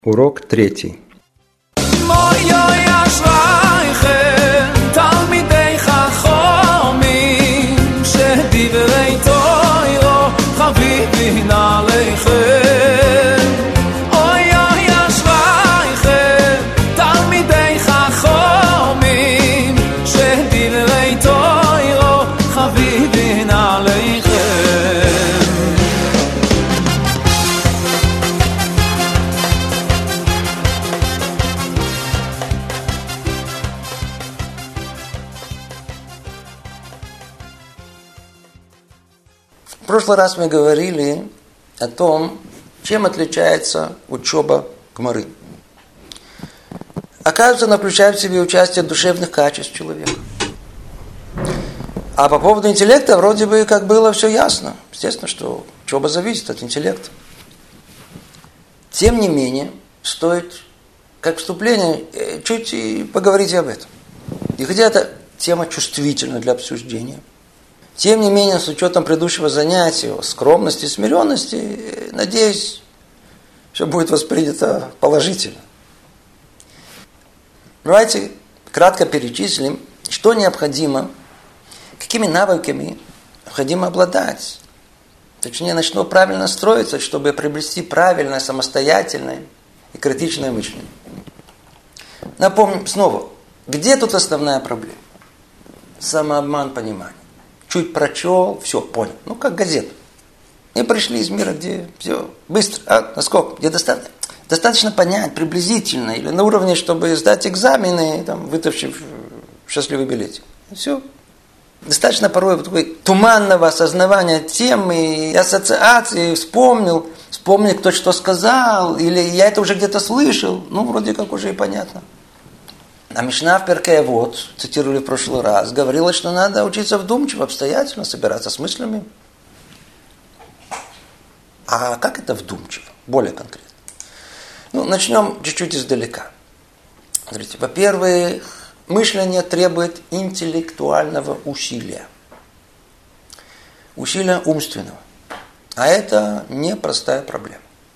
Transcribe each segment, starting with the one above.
Урок 3. В прошлый раз мы говорили о том, чем отличается учеба Гмары. Оказывается, она включает в себе участие душевных качеств человека. А по поводу интеллекта вроде бы как было все ясно. Естественно, что учеба зависит от интеллекта. Тем не менее, стоит, как вступление, чуть и поговорить об этом. И хотя эта тема чувствительна для обсуждения, тем не менее, с учетом предыдущего занятия, скромности и смиренности, надеюсь, все будет воспринято положительно. Давайте кратко перечислим, что необходимо, какими навыками необходимо обладать. Точнее, на что правильно строиться, чтобы приобрести правильное, самостоятельное и критичное мышление. Напомним снова, где тут основная проблема? Самообман понимания. Чуть прочел, все, понял. Ну, как газету. И пришли из мира, где все быстро. Насколько? Где достаточно понять, приблизительно, или на уровне, чтобы сдать экзамены, там, вытащив счастливый билетик. И все. Достаточно порой туманного осознавания темы, ассоциации, вспомнил, кто что сказал, или я это уже где-то слышал. Ну, вроде как уже и понятно. А Мишна в Перкей Авот, цитировали в прошлый раз, говорила, что надо учиться вдумчиво, обстоятельно, собираться с мыслями. А как это вдумчиво? Более конкретно. Начнем чуть-чуть издалека. Смотрите, во-первых, мышление требует интеллектуального усилия. Усилия умственного. А это непростая проблема.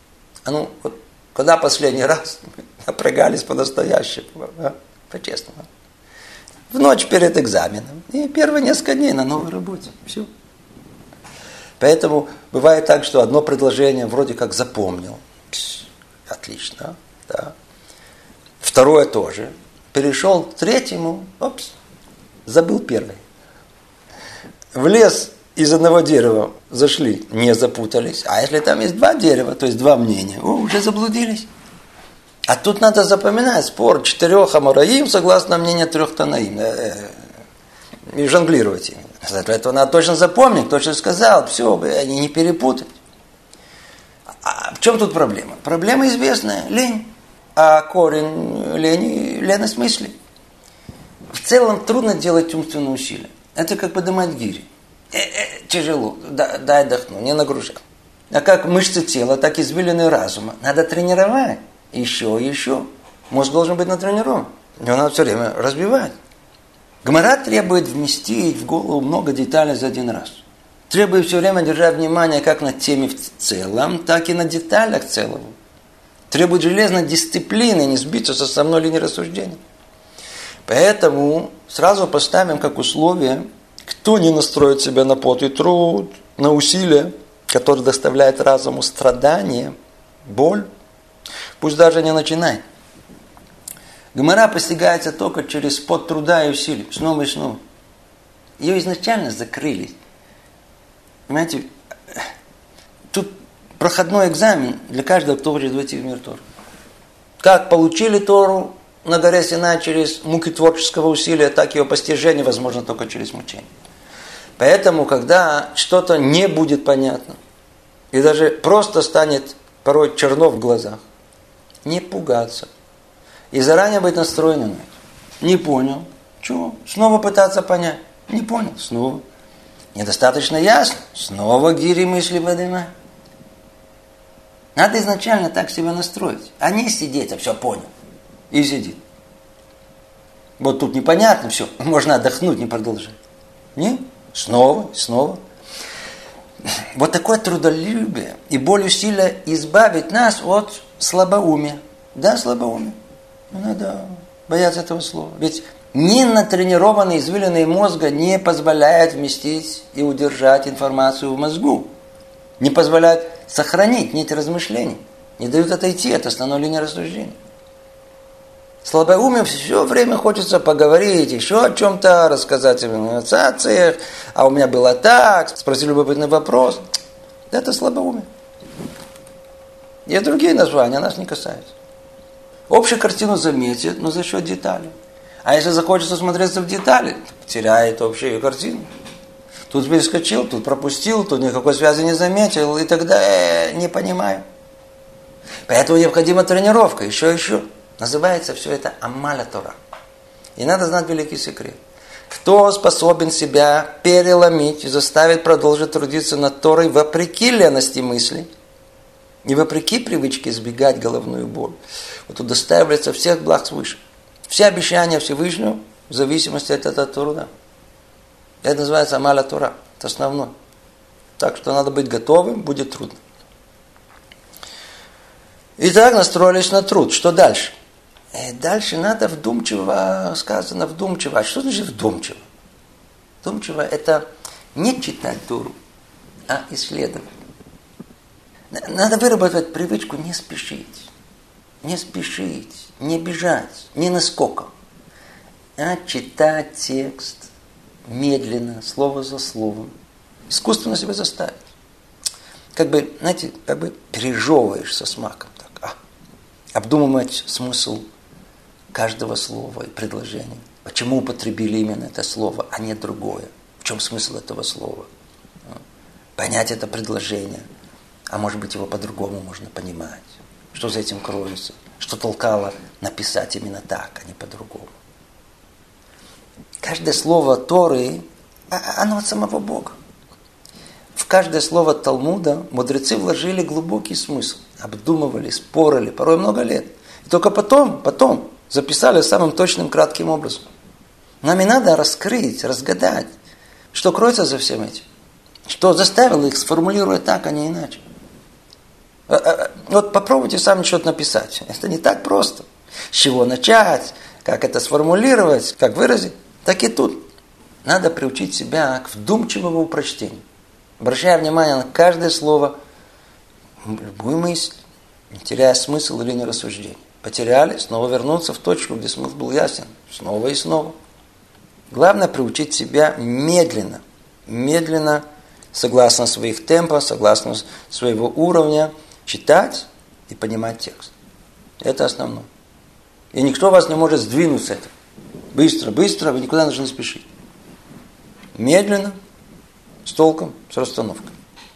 Когда последний раз напрягались по-настоящему? По-честному. В ночь перед экзаменом. И первые несколько дней на новой работе. Все. Поэтому бывает так, что одно предложение вроде как запомнил. Отлично. Да. Второе тоже. Перешел к третьему. Забыл первый. В лес из одного дерева зашли, не запутались. А если там есть два дерева, то есть два мнения, уже заблудились. А тут надо запоминать спор 4 амораим согласно мнению 3 танаим. И жонглировать ими. Для этого надо точно запомнить, точно сказал, все, они не перепутать. А в чем тут проблема? Проблема известная, лень. А корень лени – леность мысли. В целом трудно делать умственные усилия. Это как поднимать гири. Тяжело, дай отдохну, не нагружай. А как мышцы тела, так и извилины разума. Надо тренировать. Еще. Мозг должен быть натренирован. Его надо все время разбивать. Гмара требует вместить в голову много деталей за один раз. Требует все время держать внимание как на теме в целом, так и на деталях целого. Требует железной дисциплины, не сбиться со основной линии рассуждения. Поэтому сразу поставим как условие, кто не настроит себя на пот и труд, на усилия, которые доставляют разуму страдания, боль, пусть даже не начинай. Гмара постигается только через пот труда и усилий, снова и снова. Ее изначально закрыли. Понимаете, тут проходной экзамен для каждого, кто хочет войти в мир Торы. Как получили Тору на горе Синай через муки творческого усилия, так и ее постижение возможно только через мучение. Поэтому, когда что-то не будет понятно, и даже просто станет порой черно в глазах, не пугаться. И заранее быть настроенным на это. Не понял. Чего? Снова пытаться понять. Не понял. Снова. Недостаточно ясно. Снова гири мысли поднимай. Надо изначально так себя настроить. А не сидеть, а все понял. И сидит. Вот тут непонятно все. Можно отдохнуть, не продолжать. Не? Снова. Вот такое трудолюбие и боль усилия избавить нас от слабоумия. Да, слабоумие. Но надо бояться этого слова. Ведь ненатренированные извилины мозга не позволяют вместить и удержать информацию в мозгу. Не позволяют сохранить нить размышлений. Не дают отойти от основной линии рассуждения. Слабоумие все время хочется поговорить, еще о чем-то, рассказать о ассоциациях, а у меня было так, спросили любопытный вопрос. Это слабоумие. Есть другие названия, нас не касаются. Общую картину заметит, но за счет деталей. А если захочется смотреться в детали, теряет общую картину. Тут перескочил, тут пропустил, тут никакой связи не заметил, и тогда не понимаю. Поэтому необходима тренировка, еще. Называется все это Амаля Тора. И надо знать великий секрет. Кто способен себя переломить и заставить продолжить трудиться над Торой вопреки лености мыслей, и вопреки привычке избегать головную боль, вот удостаивается всех благ свыше. Все обещания Всевышнего в зависимости от этого труда. Это называется Амаля Тора. Это основное. Так что надо быть готовым, будет трудно. Итак, настроились на труд. Что дальше? Дальше надо вдумчиво, сказано вдумчиво. А что значит вдумчиво? Вдумчиво – это не читать Тору, а исследовать. Надо выработать привычку не спешить. Не спешить, не бежать, не наскоком. А читать текст медленно, слово за словом. Искусственно себя заставить. Как бы пережевываешь со смаком. Так, обдумывать смысл каждого слова и предложения. Почему употребили именно это слово, а не другое? В чем смысл этого слова? Понять это предложение. А может быть, его по-другому можно понимать. Что за этим кроется? Что толкало написать именно так, а не по-другому? Каждое слово Торы, оно от самого Бога. В каждое слово Талмуда мудрецы вложили глубокий смысл. Обдумывали, спорили, порой много лет. И только потом записали самым точным, кратким образом. Нам и надо раскрыть, разгадать, что кроется за всем этим. Что заставило их сформулировать так, а не иначе. Вот попробуйте сами что-то написать. Это не так просто. С чего начать, как это сформулировать, как выразить. Так и тут. Надо приучить себя к вдумчивому прочтению. Обращая внимание на каждое слово, любую мысль, не теряя смысл или линию рассуждения. Потеряли, снова вернуться в точку, где смысл был ясен. Снова и снова. Главное приучить себя медленно, согласно своих темпов, согласно своего уровня, читать и понимать текст. Это основное. И никто вас не может сдвинуть с этого. Быстро, вы никуда не должны спешить. Медленно, с толком, с расстановкой.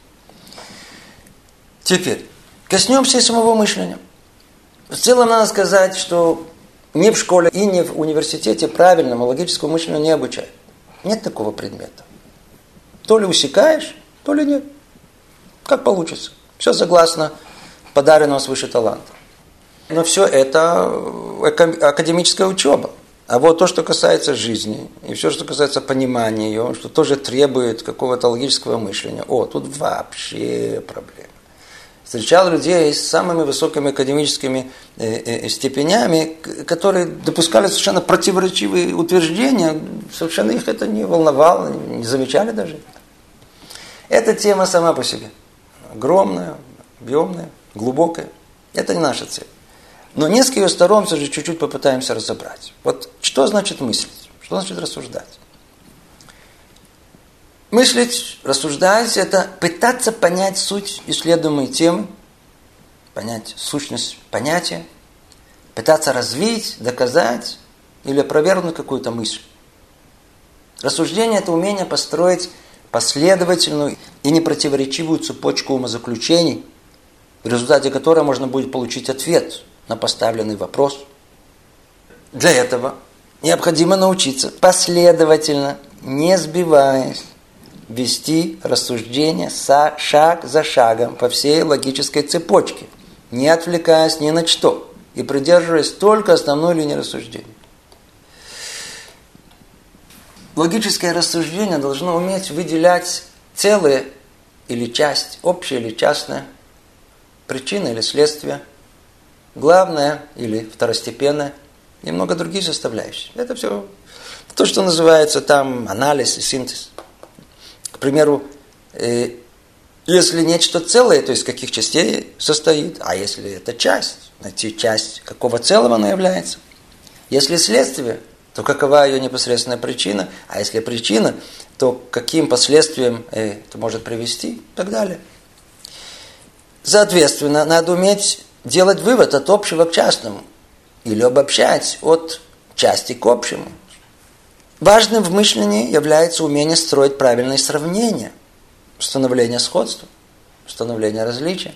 Теперь, коснемся и самого мышления. В целом надо сказать, что ни в школе и ни в университете правильному логическому мышлению не обучают. Нет такого предмета. То ли усекаешь, то ли нет. Как получится. Все согласно подаренного свыше таланта. Но все это академическая учеба. А вот то, что касается жизни, и все, что касается понимания ее, что тоже требует какого-то логического мышления, тут вообще проблема. Встречал людей с самыми высокими академическими степенями, которые допускали совершенно противоречивые утверждения, совершенно их это не волновало, не замечали даже. Эта тема сама по себе огромная, объемная, глубокая. Это не наша цель. Но несколько ее сторон все же чуть-чуть попытаемся разобрать. Вот что значит мыслить? Что значит рассуждать? Мыслить, рассуждать – это пытаться понять суть исследуемой темы, понять сущность понятия, пытаться развить, доказать или опровергнуть какую-то мысль. Рассуждение – это умение построить последовательную и непротиворечивую цепочку умозаключений, в результате которой можно будет получить ответ на поставленный вопрос. Для этого необходимо научиться последовательно, не сбиваясь, вести рассуждение шаг за шагом по всей логической цепочке, не отвлекаясь ни на что и придерживаясь только основной линии рассуждения. Логическое рассуждение должно уметь выделять целое или часть, общее или частное, причина или следствие, главное или второстепенное, и много других составляющих. Это все то, что называется там анализ и синтез. К примеру, если нечто целое, то из каких частей состоит, а если это часть, найти часть, какого целого она является. Если следствие, то какова ее непосредственная причина, а если причина, то к каким последствиям это может привести и так далее. Соответственно, надо уметь делать вывод от общего к частному или обобщать от части к общему. Важным в мышлении является умение строить правильные сравнения, установление сходства, установление различия.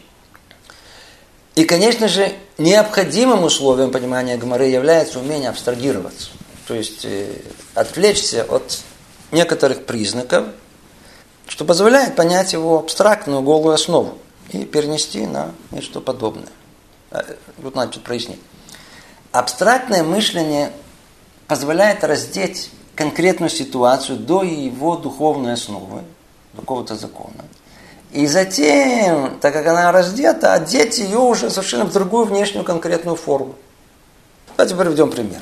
И, конечно же, необходимым условием понимания Гемары является умение абстрагироваться, то есть отвлечься от некоторых признаков, что позволяет понять его абстрактную голую основу и перенести на нечто подобное. Тут надо чуть прояснить. Абстрактное мышление позволяет раздеть конкретную ситуацию до его духовной основы, до какого-то закона. И затем, так как она раздета, одеть ее уже совершенно в другую внешнюю конкретную форму. Давайте приведем пример.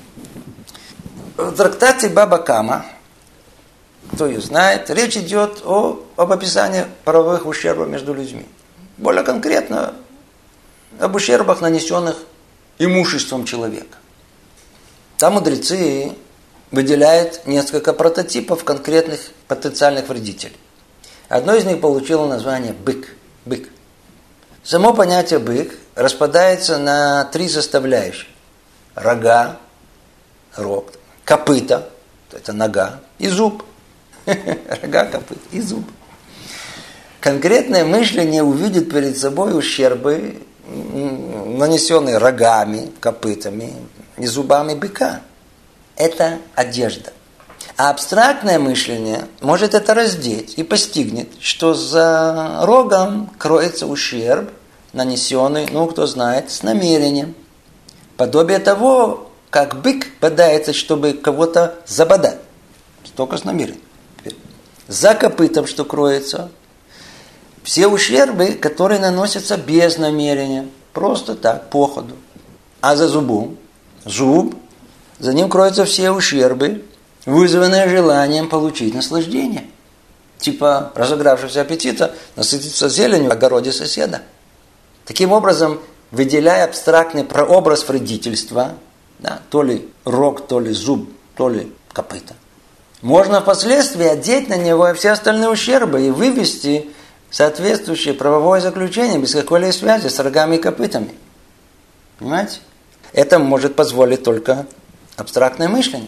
В трактате Баба Кама, кто ее знает, речь идет об описании правовых ущербов между людьми. Более конкретно, об ущербах, нанесенных имуществом человека. Там мудрецы выделяют несколько прототипов конкретных потенциальных вредителей. Одно из них получило название бык. Бык. Само понятие бык распадается на 3 составляющих. Рога, рог, копыта, это нога, и зуб. Рога, копыта и зуб. Конкретное мышление увидит перед собой ущербы, нанесенные рогами, копытами и зубами быка. Это одежда. А абстрактное мышление может это раздеть и постигнет, что за рогом кроется ущерб, нанесенный, кто знает, с намерением. Подобие того, как бык бодается, чтобы кого-то забодать. Только с намерением. За копытом, что кроется, все ущербы, которые наносятся без намерения. Просто так, походу. А за зубом? Зуб, за ним кроются все ущербы, вызванные желанием получить наслаждение. Типа разыгравшегося аппетита насытиться зеленью в огороде соседа. Таким образом, выделяя абстрактный прообраз вредительства, то ли рог, то ли зуб, то ли копыта, можно впоследствии одеть на него все остальные ущербы и вывести соответствующее правовое заключение без какой-либо связи с рогами и копытами. Понимаете? Это может позволить только абстрактное мышление.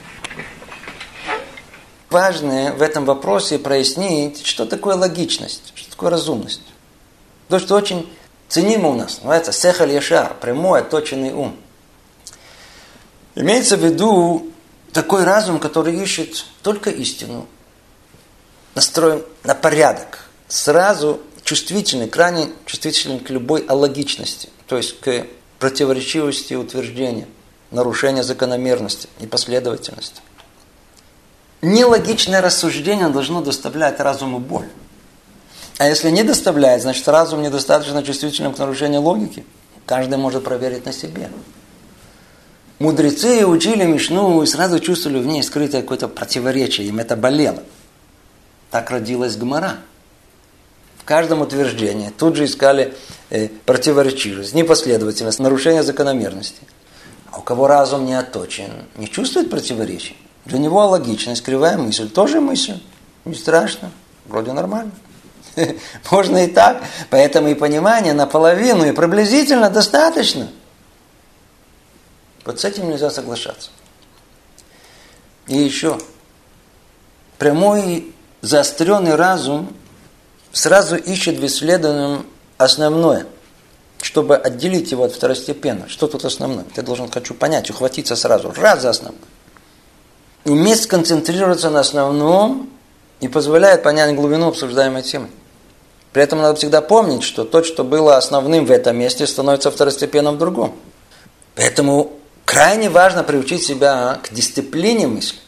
Важно в этом вопросе прояснить, что такое логичность, что такое разумность. То, что очень ценимо у нас, называется сехаль яшар, прямой, отточенный ум. Имеется в виду такой разум, который ищет только истину, настроен на порядок, сразу чувствительный, крайне чувствительный к любой алогичности, то есть к противоречивости утверждения, нарушению закономерности, непоследовательности. Нелогичное рассуждение должно доставлять разуму боль. А если не доставляет, значит разум недостаточно чувствителен к нарушению логики. Каждый может проверить на себе. Мудрецы учили Мишну и сразу чувствовали в ней скрытое какое-то противоречие. Им это болело. Так родилась Гемара. В каждом утверждении тут же искали противоречивость, непоследовательность, нарушение закономерности. А у кого разум не отточен, не чувствует противоречий. Для него логичность, кривая мысль, тоже мысль. Не страшно, вроде нормально. Можно и так. Поэтому и понимание наполовину, и приблизительно достаточно. Вот с этим нельзя соглашаться. И еще. Прямой заостренный разум сразу ищет в исследованном основное, чтобы отделить его от второстепенного. Что тут основное? Ты должен, хочу понять, ухватиться сразу. Раз за основное. Уметь сконцентрироваться на основном и позволяет понять глубину обсуждаемой темы. При этом надо всегда помнить, что то, что было основным в этом месте, становится второстепенным в другом. Поэтому крайне важно приучить себя к дисциплине мысли.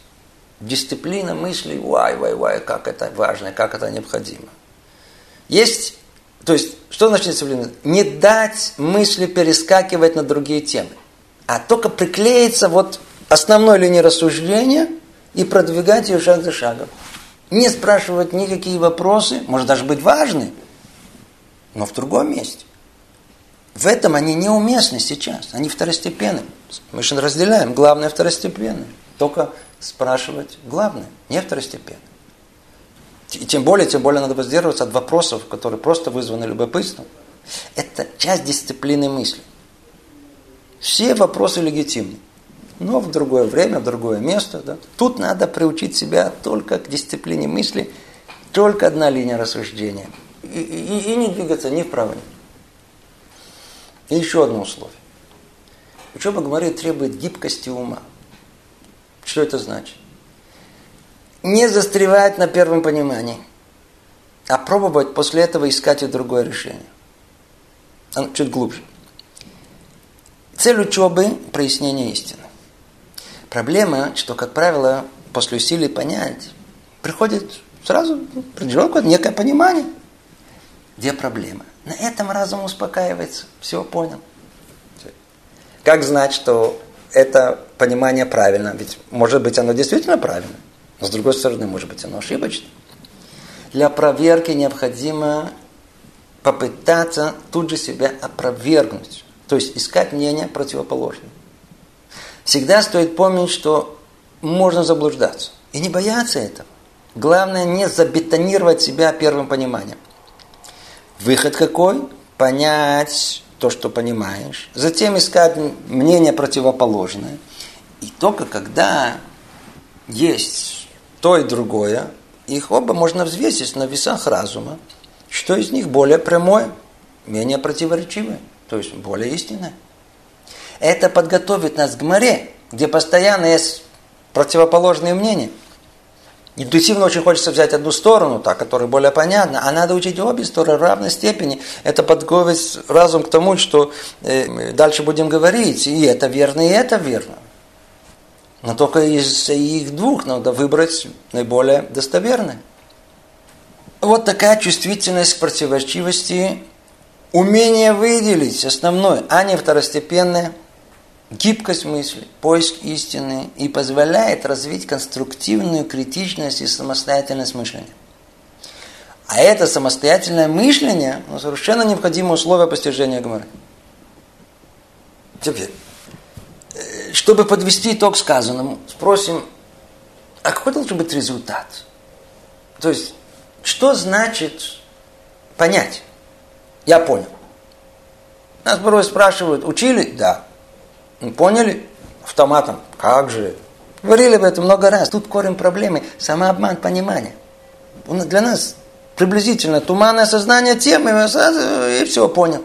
Дисциплина мысли, как это важно, как это необходимо. Есть То есть, что значит дисциплина? Не дать мысли перескакивать на другие темы, а только приклеиться вот основной линии рассуждения и продвигать ее шаг за шагом. Не спрашивать никакие вопросы, может даже быть важны, но в другом месте. В этом они неуместны сейчас, они второстепенны. Мы же разделяем главное и второстепенное. Только спрашивать главное, не второстепенное. И тем более надо воздерживаться от вопросов, которые просто вызваны любопытством. Это часть дисциплины мысли. Все вопросы легитимны. Но в другое время, в другое место. Да? Тут надо приучить себя только к дисциплине мысли. Только одна линия рассуждения. И не двигаться ни вправо, ни влево. И еще одно условие. Учеба Гемары требует гибкости ума. Что это значит? Не застревать на первом понимании, а пробовать после этого искать и другое решение. Чуть глубже. Цель учебы – прояснение истины. Проблема, что, как правило, после усилий понять, приходит сразу некое понимание. Где проблема? На этом разум успокаивается. Все, понял. Как знать, что это понимание правильно? Ведь, может быть, оно действительно правильно. Но, с другой стороны, может быть, оно ошибочно. Для проверки необходимо попытаться тут же себя опровергнуть. То есть, искать мнение противоположное. Всегда стоит помнить, что можно заблуждаться. И не бояться этого. Главное, не забетонировать себя первым пониманием. Выход какой? Понять то, что понимаешь. Затем искать мнение противоположное. И только когда есть то и другое, их оба можно взвесить на весах разума. Что из них более прямое, менее противоречивое, то есть более истинное. Это подготовит нас к Гемаре, где постоянно есть противоположные мнения. Интуитивно очень хочется взять одну сторону, та, которая более понятна, а надо учить обе стороны в равной степени. Это подготовить разум к тому, что дальше будем говорить, и это верно, и это верно. Но только из их двух надо выбрать наиболее достоверное. Вот такая чувствительность к противоречивости, умение выделить основное, а не второстепенное, гибкость мысли, поиск истины и позволяет развить конструктивную критичность и самостоятельность мышления. А это самостоятельное мышление совершенно необходимое условие постижения Гемары. Теперь, чтобы подвести итог сказанному, спросим, а какой должен быть результат? То есть, что значит понять? Я понял. Нас порой спрашивают, учили? Да. Поняли? Автоматом. Как же? Говорили об этом много раз. Тут корень проблемы – самообман понимания. Для нас приблизительно туманное сознание темы, и все, понял.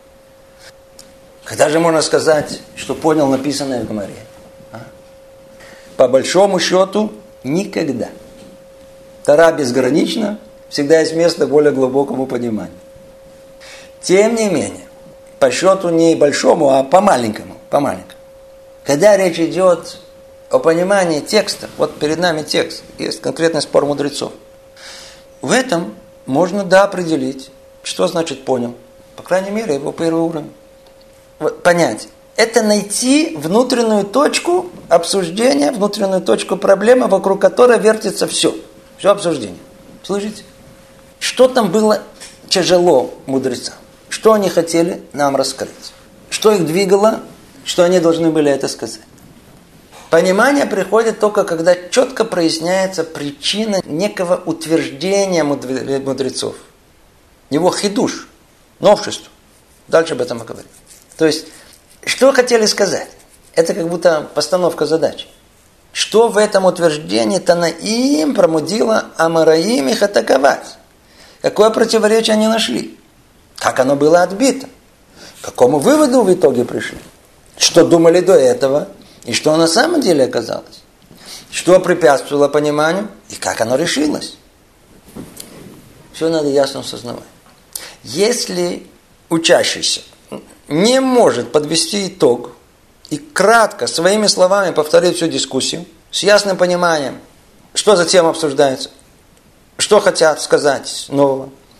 Когда же можно сказать, что понял написанное в Гемаре? По большому счету, никогда. Тора безгранична, всегда есть место более глубокому пониманию. Тем не менее, по счету не большому, а по маленькому. Когда речь идет о понимании текста, вот перед нами текст, есть конкретный спор мудрецов. В этом можно определить, что значит понял. По крайней мере, его первый уровень. Понять. Это найти внутреннюю точку обсуждения, внутреннюю точку проблемы, вокруг которой вертится все. Все обсуждение. Слышите? Что там было тяжело мудрецам? Что они хотели нам раскрыть? Что их двигало? Что они должны были это сказать? Понимание приходит только, когда четко проясняется причина некого утверждения мудрецов. Его хидуш, новшество. Дальше об этом мы говорим. То есть, что хотели сказать? Это как будто постановка задачи. Что в этом утверждении Танаим промудило Амараим их атаковать? Какое противоречие они нашли? Как оно было отбито? К какому выводу в итоге пришли? Что думали до этого? И что на самом деле оказалось? Что препятствовало пониманию? И как оно решилось? Все надо ясно осознавать. Если учащийся не может подвести итог и кратко, своими словами повторить всю дискуссию, с ясным пониманием, что затем обсуждается, что хотят сказать нового,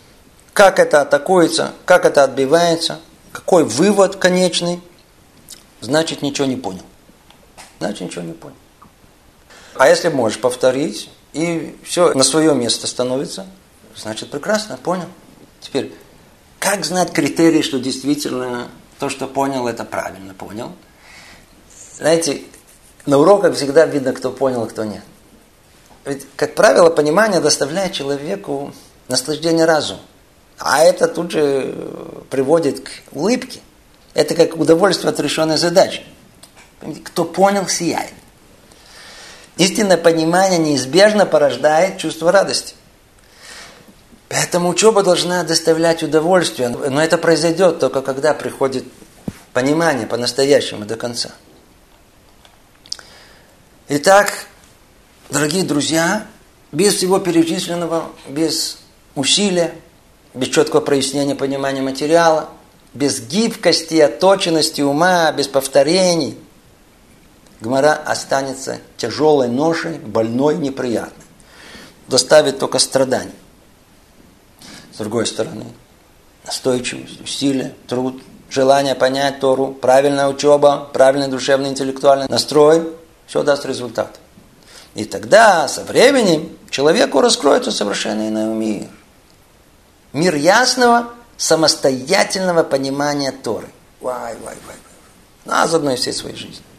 как это атакуется, как это отбивается, какой вывод конечный, значит, ничего не понял. Значит, ничего не понял. А если можешь повторить, и все на свое место становится, значит, прекрасно, понял. Теперь, как знать критерии, что действительно то, что понял, это правильно понял? Знаете, на уроках всегда видно, кто понял, а кто нет. Ведь, как правило, понимание доставляет человеку наслаждение разума. А это тут же приводит к улыбке. Это как удовольствие от решенной задачи. Кто понял, сияет. Истинное понимание неизбежно порождает чувство радости. Поэтому учеба должна доставлять удовольствие. Но это произойдет только когда приходит понимание по-настоящему до конца. Итак, дорогие друзья, без всего перечисленного, без усилия, без четкого прояснения понимания материала, без гибкости, отточенности ума, без повторений, Гемара останется тяжелой ношей, больной, неприятной. Доставит только страдания. С другой стороны, настойчивость, усилие, труд, желание понять Тору, правильная учеба, правильный душевный интеллектуальный настрой, все даст результат. И тогда, со временем, человеку раскроется совершенно иной мир. Мир ясного, самостоятельного понимания Торы. На заодно и всей своей жизни.